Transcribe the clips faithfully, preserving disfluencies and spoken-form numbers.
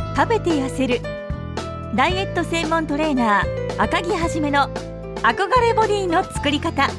食べて痩せるダイエット専門トレーナー赤木はじめの憧れボディの作り方。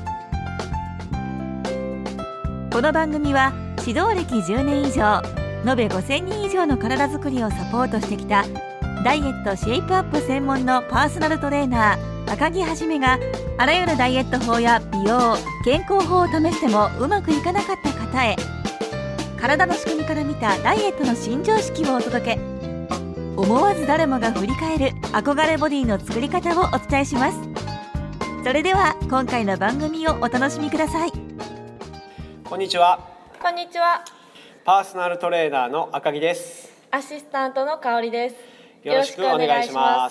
この番組は指導歴じゅうねん以上、延べごせんにん以上の体づくりをサポートしてきたダイエットシェイプアップ専門のパーソナルトレーナー赤木はじめが、あらゆるダイエット法や美容健康法を試してもうまくいかなかった方へ、体の仕組みから見たダイエットの新常識をお届け。思わず誰もが振り返る憧れボディの作り方をお伝えします。それでは今回の番組をお楽しみください。 こんにちは。 こんにちは。 パーソナルトレーナーの赤木です。 アシスタントの香里です。 よろしくお願いします。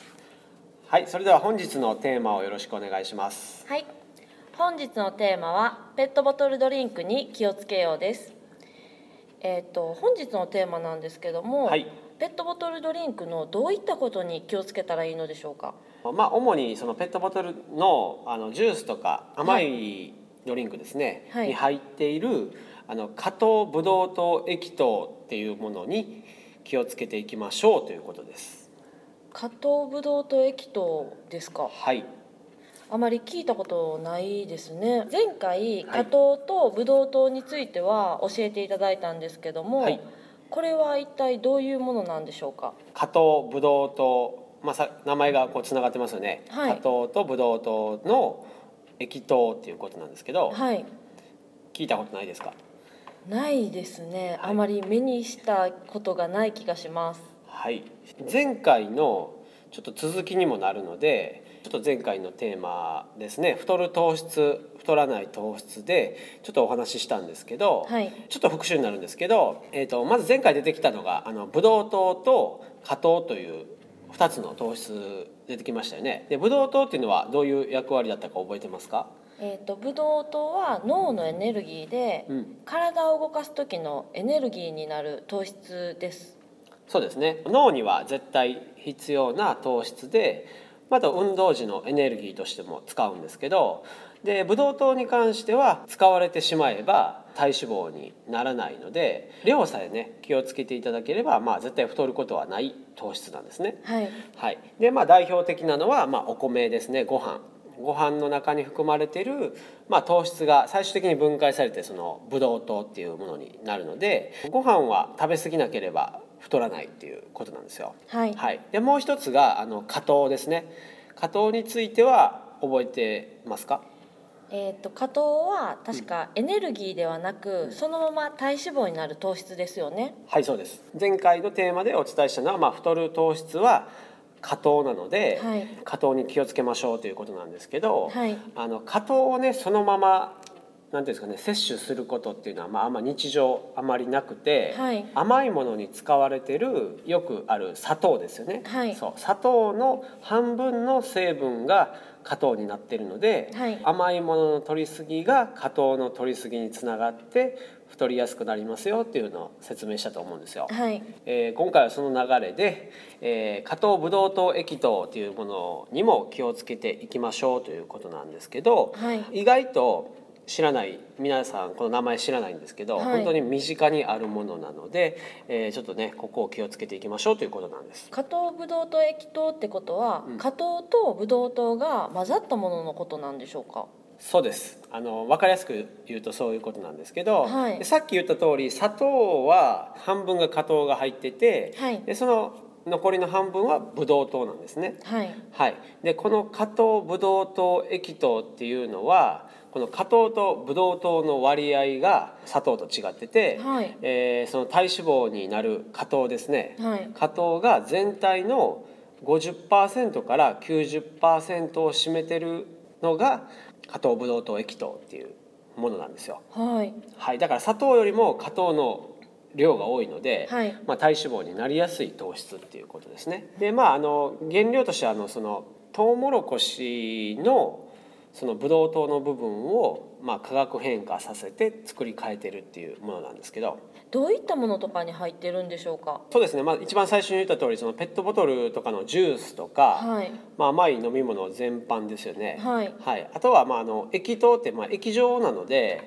はい、それでは本日のテーマをよろしくお願いします。 はい、本日のテーマはペットボトルドリンクに気をつけようです。えー、と本日のテーマなんですけども、はい、ペットボトルドリンクのどういったことに気をつけたらいいのでしょうか。 まあ、主にそのペットボトル の, あのジュースとか甘いドリンクですね、はい、に入っているあの果糖ブドウ糖液糖っていうものに気をつけていきましょうということです。 果糖ブドウ糖液糖ですか。 はい、 あまり聞いたことないですね。前回果糖とブドウ糖については教えていただいたんですけども、はい、これは一体どういうものなんでしょうか。 果糖ブドウ糖、まあ、さ名前がこうつながってますよね、はい、果糖とブドウ糖の液糖っていうことなんですけど、はい、聞いたことないですか。 ないですね、はい、あまり目にしたことがない気がします。 はい、前回のちょっと続きにもなるので、ちょっと前回のテーマですね、太る糖質太らない糖質でちょっとお話ししたんですけど、はい、ちょっと復習になるんですけど、えーと、まず前回出てきたのがあのブドウ糖と果糖というふたつの糖質出てきましたよね。でブドウ糖っていうのはどういう役割だったか覚えてますか。 えーと、ブドウ糖は脳のエネルギーで、うん、体を動かす時のエネルギーになる糖質です。 そうですね、脳には絶対必要な糖質で、また運動時のエネルギーとしても使うんですけど、でブドウ糖に関しては使われてしまえば体脂肪にならないので、量さえね気をつけていただければ、まあ、絶対太ることはない糖質なんですね。はい、はい、でまあ、代表的なのは、まあ、お米ですね。ご飯ご飯の中に含まれている、まあ、糖質が最終的に分解されてそのブドウ糖っていうものになるので、ご飯は食べ過ぎなければ太らないっていうことなんですよ。はい、はい、でもう一つがあの果糖ですね。果糖については覚えてますか。 えー、と果糖は確かエネルギーではなく、うん、そのまま体脂肪になる糖質ですよね。 はい、そうです。前回のテーマでお伝えしたのは、まあ、太る糖質は果糖なので、はい、果糖に気をつけましょうということなんですけど、はい、あの果糖をねそのままなんていうんですかね、摂取することっていうのは、まあ、あんま日常あまりなくて、はい、甘いものに使われてるよくある砂糖ですよね、はい、そう砂糖の半分の成分が果糖になっているので、はい、甘いものの摂りすぎが果糖の摂りすぎにつながって太りやすくなりますよっていうのを説明したと思うんですよ。はい、えー、今回はその流れで、えー、果糖ブドウ糖液糖っていうものにも気をつけていきましょうということなんですけど、はい、意外と知らない皆さんこの名前知らないんですけど、はい、本当に身近にあるものなので、えー、ちょっとねここを気をつけていきましょうということなんです。 果糖ブドウ糖液糖ってことは、うん、果糖とブドウ糖が混ざったもののことなんでしょうか。 そうです。あの分かりやすく言うとそういうことなんですけど、はい、さっき言った通り砂糖は半分が果糖が入ってて、はい、でその残りの半分はブドウ糖なんですね。はい、はい、でこの果糖ブドウ糖液糖っていうのはこの果糖とブドウ糖の割合が砂糖と違ってて、はい、えー、その体脂肪になる果糖ですね、はい、果糖が全体の ごじゅっパーセント から きゅうじゅっパーセント を占めてるのが果糖ブドウ糖液糖っていうものなんですよ。はい、はい、だから砂糖よりも果糖の量が多いので、はい、まあ、体脂肪になりやすい糖質っていうことですね。で、まあ、あの原料としてはあのそのトウモロコシのそのブドウ糖の部分を、まあ、化学変化させて作り変えてるっていうものなんですけど、 どういったものとかに入ってるんでしょうか。 そうですね、まあ、一番最初に言った通りそのペットボトルとかのジュースとか、はい、まあ、甘い飲み物全般ですよね。はいはい、あとは、まあ、あの液糖ってまあ液状なので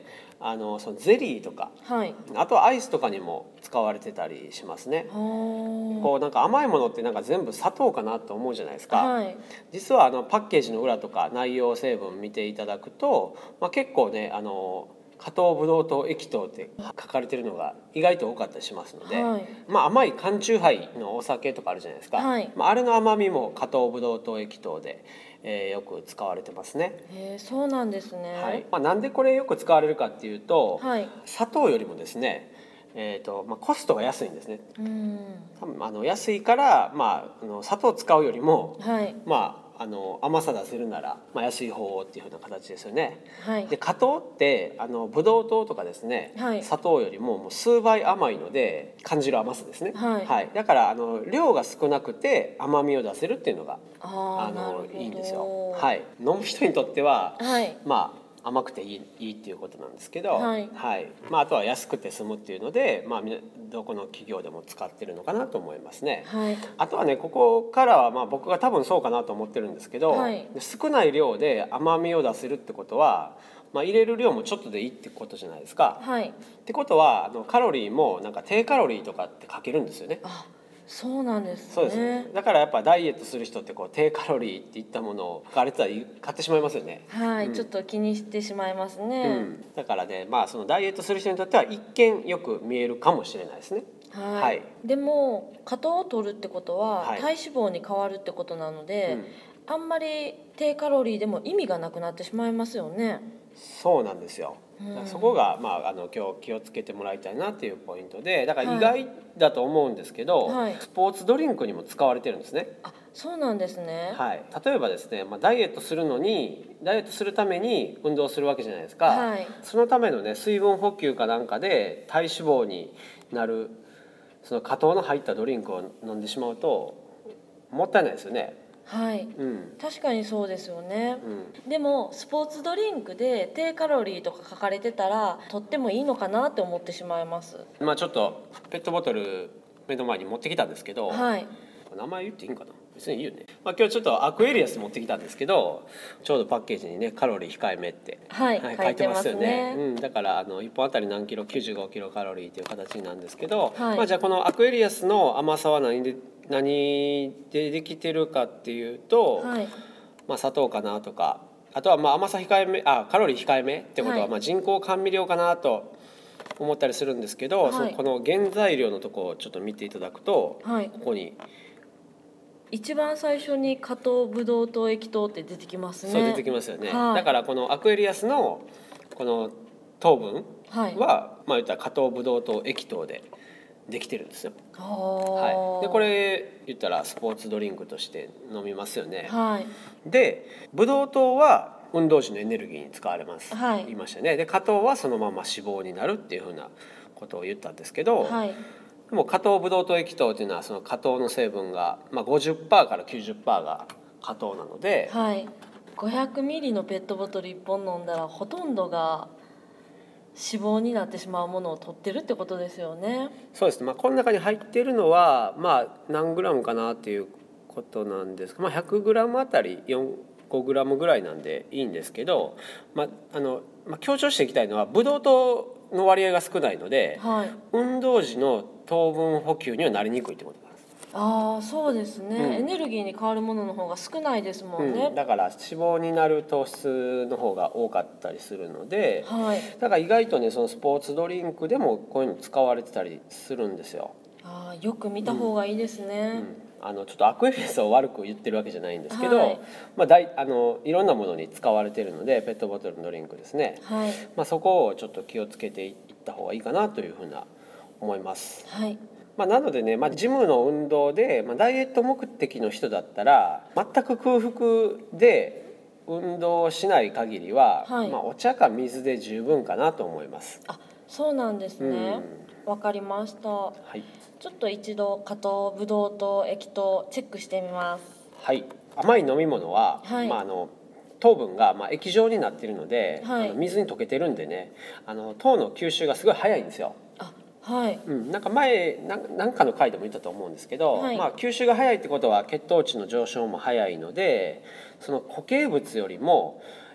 あのそのゼリーとか、 はい、 あとはアイスとかにも使われてたりしますね。こうなんか甘いものってなんか全部砂糖かなと思うじゃないですか、 はい、 実はあのパッケージの裏とか内容成分見ていただくと、まあ、結構ねあの加糖ブドウ糖液糖って書かれてるのが意外と多かったりしますので、はい、まあ、甘い缶チューハイのお酒とかあるじゃないですか、はい、まあ、あれの甘みも加糖ブドウ糖液糖で、えー、よく使われてますね。 へー、そうなんですね。 はい、まあ、なんでこれよく使われるかっていうと、はい、砂糖よりもですね、えーとまあ、コストが安いんですね。うん、多分あの安いから、まあ、あの砂糖使うよりも、はい、まああの甘さ出せるなら、まあ、安い方っていう風な形ですよね。はい、で加糖ってあのブドウ糖とかですね、はい、砂糖よりももう数倍甘いので感じる甘さですね。はいはい、だからあの量が少なくて甘みを出せるっていうのがあのいいんですよ。はい、飲む人にとっては、はい、まあ甘くていい、いいっていうことなんですけど、はいはい、まあ、あとは安くて済むっていうので、まあ、どこの企業でも使ってるのかなと思いますね。はい、あとはねここからはまあ僕が多分そうかなと思ってるんですけど、はい、少ない量で甘みを出せるってことは、まあ、入れる量もちょっとでいいってことじゃないですか。はい、ってことはあのカロリーもなんか低カロリーとかって書けるんですよね。 あ、そうなんですね。 そうですね。だからやっぱダイエットする人ってこう低カロリーっていったものを書かれてたら買ってしまいますよね。 はい、うん、ちょっと気にしてしまいますね。うん、 だからね、まあそのダイエットする人にとっては一見よく見えるかもしれないですね。 はい。はい、でも加糖を取るってことは、はい、体脂肪に変わるってことなので、うん、あんまり低カロリーでも意味がなくなってしまいますよね。 そうなんですよ。うん、そこが、まあ、あの今日気をつけてもらいたいなっていうポイントで、だから意外だと思うんですけど、はい、スポーツドリンクにも使われてるんですね。 あ、そうなんですね。 はい、例えばですね、まあ、ダイエットするのにダイエットするために運動するわけじゃないですか、はい、そのためのね水分補給かなんかで体脂肪になるその加糖の入ったドリンクを飲んでしまうともったいないですよね。 はい、うん、確かにそうですよね。うん、でもスポーツドリンクで低カロリーとか書かれてたらとってもいいのかなって思ってしまいます。 まあちょっとペットボトル目の前に持ってきたんですけど、はい、名前言っていいんかな、別にいいよね。まあ、今日ちょっとアクエリアス持ってきたんですけど、ちょうどパッケージにねカロリー控えめって、 はいはい、書いてますよね。 うん、だからあのいっぽんあたり何キロきゅうじゅうごキロカロリーという形なんですけど、はい、まあ、じゃあこのアクエリアスの甘さは何で何でできてるかっていうと、はい、まあ、砂糖かなとか、あとはまあ甘さ控えめあカロリー控えめってことは、まあ人工甘味料かなと思ったりするんですけど、はい、そのこの原材料のところをちょっと見ていただくと、はい、ここに一番最初に加糖ブドウ糖液糖って出てきますね。 そう出てきますよね。はい、だからこのアクエリアスのこの糖分は、はい、まあ言ったら加糖ブドウ糖液糖でできてるんですよ。はい、でこれ言ったらスポーツドリンクとして飲みますよね。はい、でブドウ糖は運動時のエネルギーに使われます、はい、言いましたね。で加糖はそのまま脂肪になるっていうふうなことを言ったんですけど、はい、でも加糖ブドウ糖液糖っていうのはその加糖の成分が、まあ、ごじゅっパーセント から きゅうじゅっパーセント が加糖なので、 はい、ごひゃくミリリットル のペットボトルいっぽん飲んだらほとんどが脂肪になってしまうものを取ってるってことですよね。 そうですね、まあ、この中に入っているのは、まあ、何グラムかなっていうことなんですが、まあ、ひゃくグラムあたりよん、ごグラムぐらいなんでいいんですけど、まああのまあ、強調していきたいのはブドウ糖の割合が少ないので、はい、運動時の糖分補給にはなりにくいってことなんです。 ああ、そうですね、うん、エネルギーに変わるものの方が少ないですもんね、 うん、だから脂肪になる糖質の方が多かったりするので、はい、だから意外とねそのスポーツドリンクでもこういうの使われてたりするんですよ。 ああ、よく見た方がいいですね。うんうん、あのちょっとアクエリアスを悪く言ってるわけじゃないんですけど、はい、まあ、だいあのいろんなものに使われてるのでペットボトルのドリンクですね、はい、まあ、そこをちょっと気をつけていった方がいいかなというふうな思います。はい、まあ、なのでね、まあ、ジムの運動で、まあ、ダイエット目的の人だったら全く空腹で運動をしない限りは、はい、まあ、お茶か水で十分かなと思います。 あ、そうなんですね。わ、うん、かりました。はい、ちょっと一度加糖ブドウ糖液糖チェックしてみます。 はい、甘い飲み物は、はい、まあ、あの糖分がまあ液状になっているので、はい、あの水に溶けてるんでね、あの糖の吸収がすごい早いんですよ。あ、はい、うん、なんか前何かの回でも言ったと思うんですけど、はい、まあ、吸収が早いってことは血糖値の上昇も早いので、その固形物よりも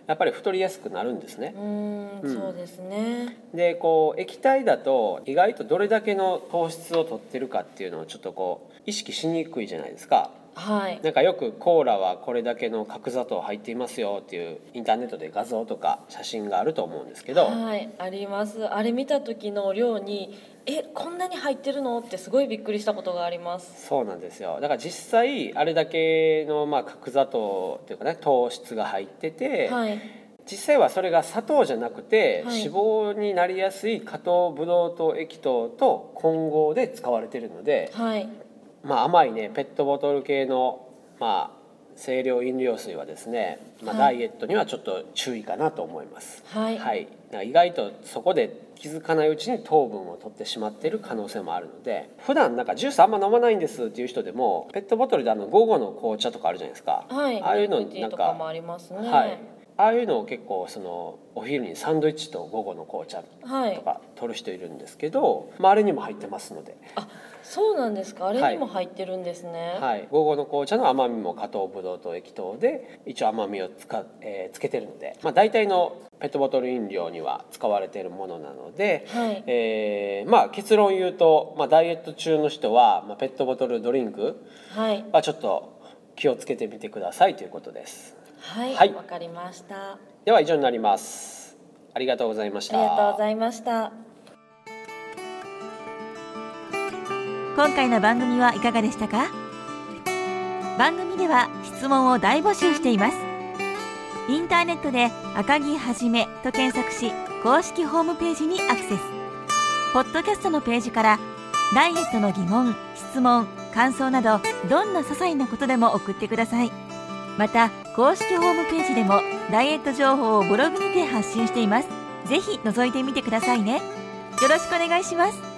やっぱり太りやすくなるんですね。 うん、うん、そうですね。 でこう液体だと意外とどれだけの糖質を取ってるかっていうのをちょっとこう意識しにくいじゃないですか。 はい、 なんかよくコーラはこれだけの角砂糖入っていますよっていうインターネットで画像とか写真があると思うんですけど、 はい、あります。あれ見た時の量にえこんなに入ってるのってすごいびっくりしたことがあります。 そうなんですよ。だから実際あれだけのまあ角砂糖っていうかね糖質が入ってて、はい、実際はそれが砂糖じゃなくて、はい、脂肪になりやすい果糖ブドウ糖液糖と混合で使われているので、はい、まあ、甘いねペットボトル系の、まあ、清涼飲料水はですね、まあ、ダイエットにはちょっと注意かなと思います。はい、はい、意外とそこで気づかないうちに糖分を取ってしまっている可能性もあるので、普段なんかジュースあんま飲まないんですっていう人でもペットボトルであの午後の紅茶とかあるじゃないですか、 はい、 ああいうのなんか、 もありますね。 はい、ああいうのを結構そのお昼にサンドイッチと午後の紅茶とか取る人いるんですけど、はい、まあ、あれにも入ってますので。 あ、そうなんですか。あれにも入ってるんですね。 はい、はい、午後の紅茶の甘みも果糖ブドウ糖液糖で一応甘みをつか、えー、つけてるので、まあ、大体のペットボトル飲料には使われているものなので、はい、えーまあ、結論言うと、まあ、ダイエット中の人は、まあ、ペットボトルドリンクはちょっと気をつけてみてくださいということです。 はい、はい、わかりました。 では以上になります。ありがとうございました。 ありがとうございました。 今回の番組はいかがでしたか？番組では質問を大募集しています。インターネットで赤木はじめと検索し、公式ホームページにアクセス。ポッドキャストのページからダイエットの疑問、質問、感想などどんな些細なことでも送ってください。また公式ホームページでもダイエット情報をブログにて発信しています。ぜひ覗いてみてくださいね。よろしくお願いします。